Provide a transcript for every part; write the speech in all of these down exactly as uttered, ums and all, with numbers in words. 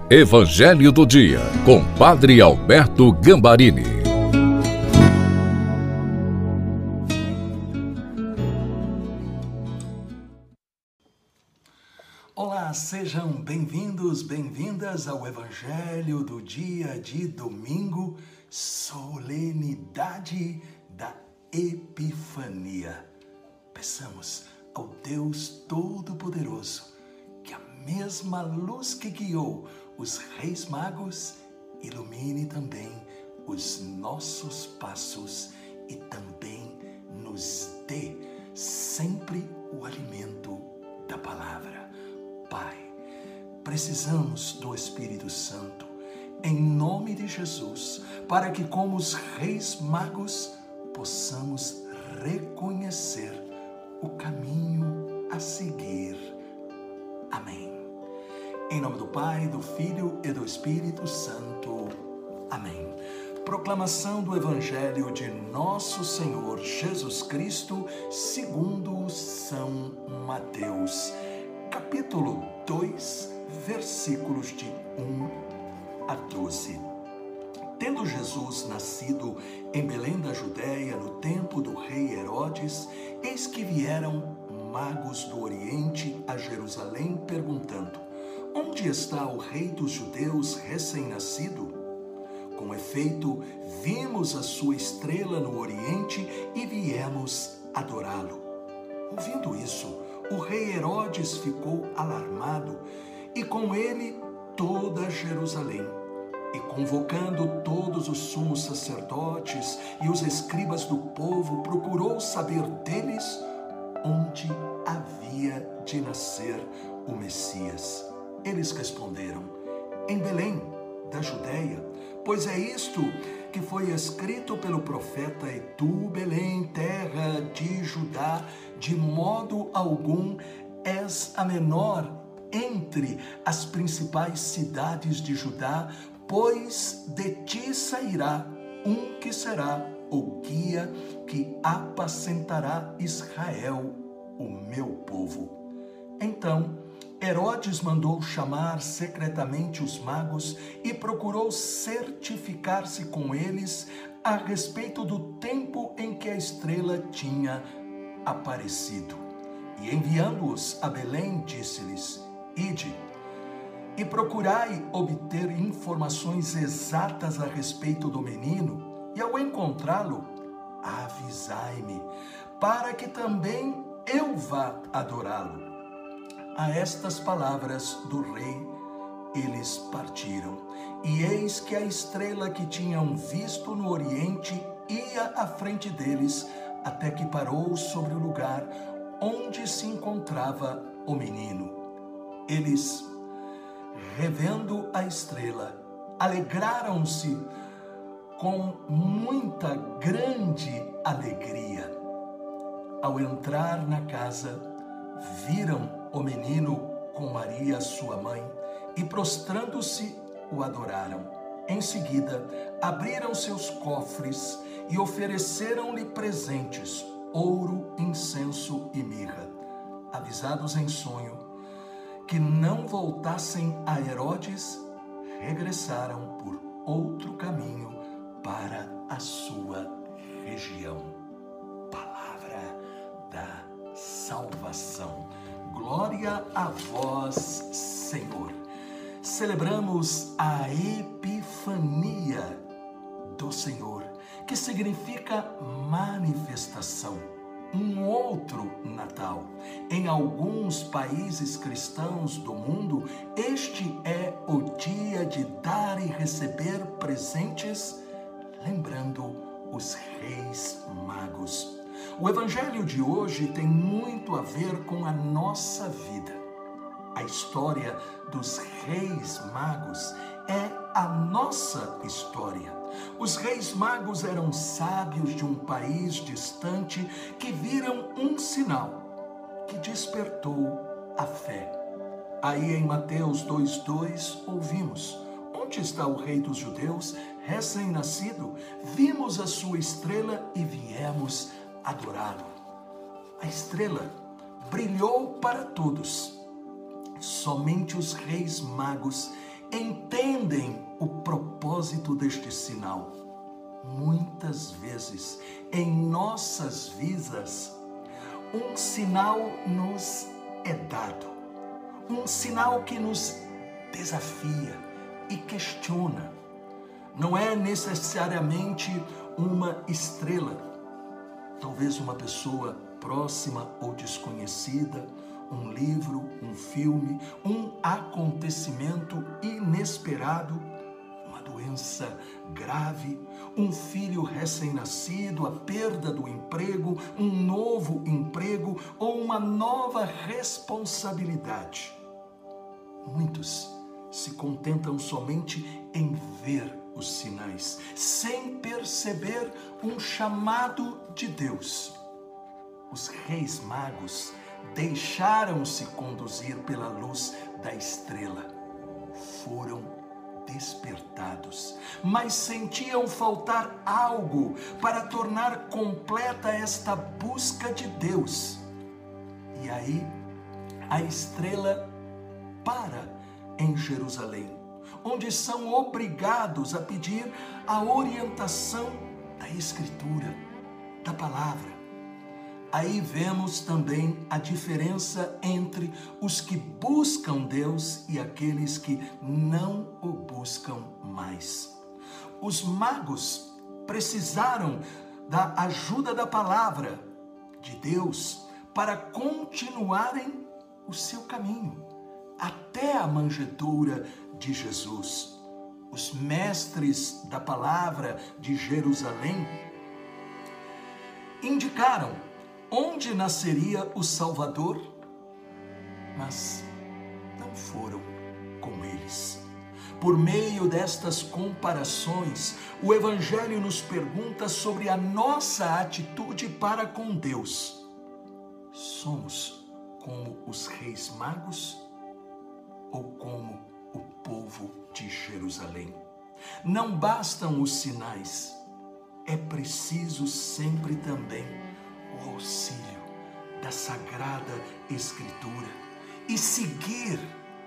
Evangelho do Dia, com Padre Alberto Gambarini. Olá, sejam bem-vindos, bem-vindas ao Evangelho do Dia de domingo, solenidade da Epifania. Peçamos ao Deus Todo-Poderoso que a mesma luz que guiou os Reis Magos ilumine também os nossos passos e também nos dê sempre o alimento da palavra. Pai, precisamos do Espírito Santo, em nome de Jesus, para que, como os Reis Magos, possamos reconhecer o caminho a seguir. Amém. Em nome do Pai, do Filho e do Espírito Santo. Amém. Proclamação do Evangelho de Nosso Senhor Jesus Cristo, segundo São Mateus, capítulo dois, versículos de um a doze. Tendo Jesus nascido em Belém da Judéia, no tempo do rei Herodes, eis que vieram magos do Oriente a Jerusalém, perguntando: onde está o rei dos judeus recém-nascido? Com efeito, vimos a sua estrela no Oriente e viemos adorá-lo. Ouvindo isso, o rei Herodes ficou alarmado e com ele toda Jerusalém. E convocando todos os sumos sacerdotes e os escribas do povo, procurou saber deles onde havia de nascer o Messias. Eles responderam: em Belém da Judéia, pois é isto que foi escrito pelo profeta: e tu, Belém, terra de Judá, de modo algum és a menor entre as principais cidades de Judá, pois de ti sairá um que será o guia que apacentará Israel, o meu povo. Então Herodes mandou chamar secretamente os magos e procurou certificar-se com eles a respeito do tempo em que a estrela tinha aparecido. E enviando-os a Belém, disse-lhes: ide e procurai obter informações exatas a respeito do menino, e ao encontrá-lo, avisai-me, para que também eu vá adorá-lo. A estas palavras do rei, eles partiram. E eis que a estrela que tinham visto no Oriente ia à frente deles, até que parou sobre o lugar onde se encontrava o menino. Eles, revendo a estrela, alegraram-se com muita grande alegria. Ao entrar na casa, viram o menino com Maria, sua mãe, e prostrando-se, o adoraram. Em seguida, abriram seus cofres e ofereceram-lhe presentes, ouro, incenso e mirra. Avisados em sonho que não voltassem a Herodes, regressaram por outro caminho para a sua região. Palavra da salvação. Glória a vós, Senhor. Celebramos a Epifania do Senhor, que significa manifestação, um outro Natal. Em alguns países cristãos do mundo, este é o dia de dar e receber presentes, lembrando os Reis Magos. O Evangelho de hoje tem muito a ver com a nossa vida. A história dos Reis Magos é a nossa história. Os Reis Magos eram sábios de um país distante que viram um sinal que despertou a fé. Aí em Mateus dois, dois, ouvimos: onde está o Rei dos Judeus, recém-nascido? Vimos a sua estrela e viemos adorá-lo. A estrela brilhou para todos. Somente os Reis Magos entendem o propósito deste sinal. Muitas vezes, em nossas vidas, um sinal nos é dado, um sinal que nos desafia e questiona. Não é necessariamente uma estrela, talvez uma pessoa próxima ou desconhecida, um livro, um filme, um acontecimento inesperado, uma doença grave, um filho recém-nascido, a perda do emprego, um novo emprego ou uma nova responsabilidade. Muitos se contentam somente em ver os sinais, sem perceber um chamado de Deus. Os reis magos deixaram-se conduzir pela luz da estrela. Foram despertados, mas sentiam faltar algo para tornar completa esta busca de Deus. E aí, a estrela para em Jerusalém, onde são obrigados a pedir a orientação da Escritura, da Palavra. Aí vemos também a diferença entre os que buscam Deus e aqueles que não o buscam mais. Os magos precisaram da ajuda da palavra de Deus para continuarem o seu caminho até a manjedoura de Jesus. Os mestres da palavra de Jerusalém indicaram onde nasceria o Salvador, mas não foram com eles. Por meio destas comparações, o Evangelho nos pergunta sobre a nossa atitude para com Deus. Somos como os reis magos ou como o povo de Jerusalém? Não bastam os sinais, é preciso sempre também o auxílio da Sagrada Escritura e seguir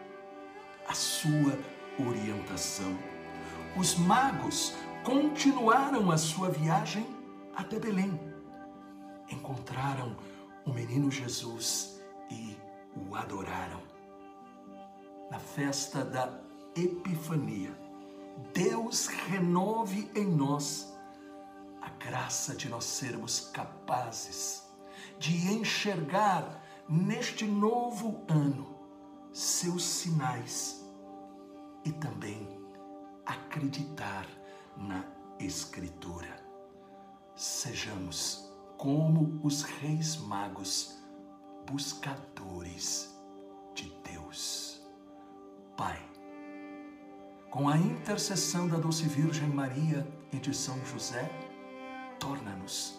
a sua orientação. Os magos continuaram a sua viagem até Belém. Encontraram o menino Jesus e o adoraram. Na festa da Epifania, Deus renove em nós a graça de nós sermos capazes de enxergar neste novo ano seus sinais e também acreditar na Escritura. Sejamos como os reis magos, buscadores de Deus. Pai, com a intercessão da doce Virgem Maria e de São José, torna-nos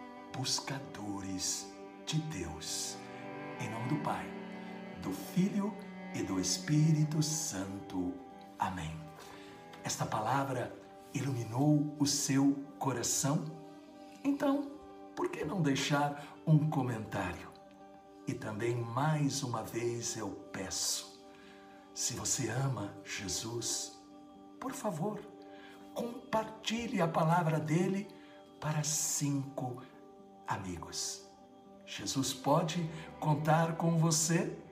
buscadores de Deus. Em nome do Pai, do Filho e do Espírito Santo. Amém. Esta palavra iluminou o seu coração? Então, por que não deixar um comentário? E também, mais uma vez, eu peço, se você ama Jesus, por favor, compartilhe a palavra dele para cinco amigos. Jesus pode contar com você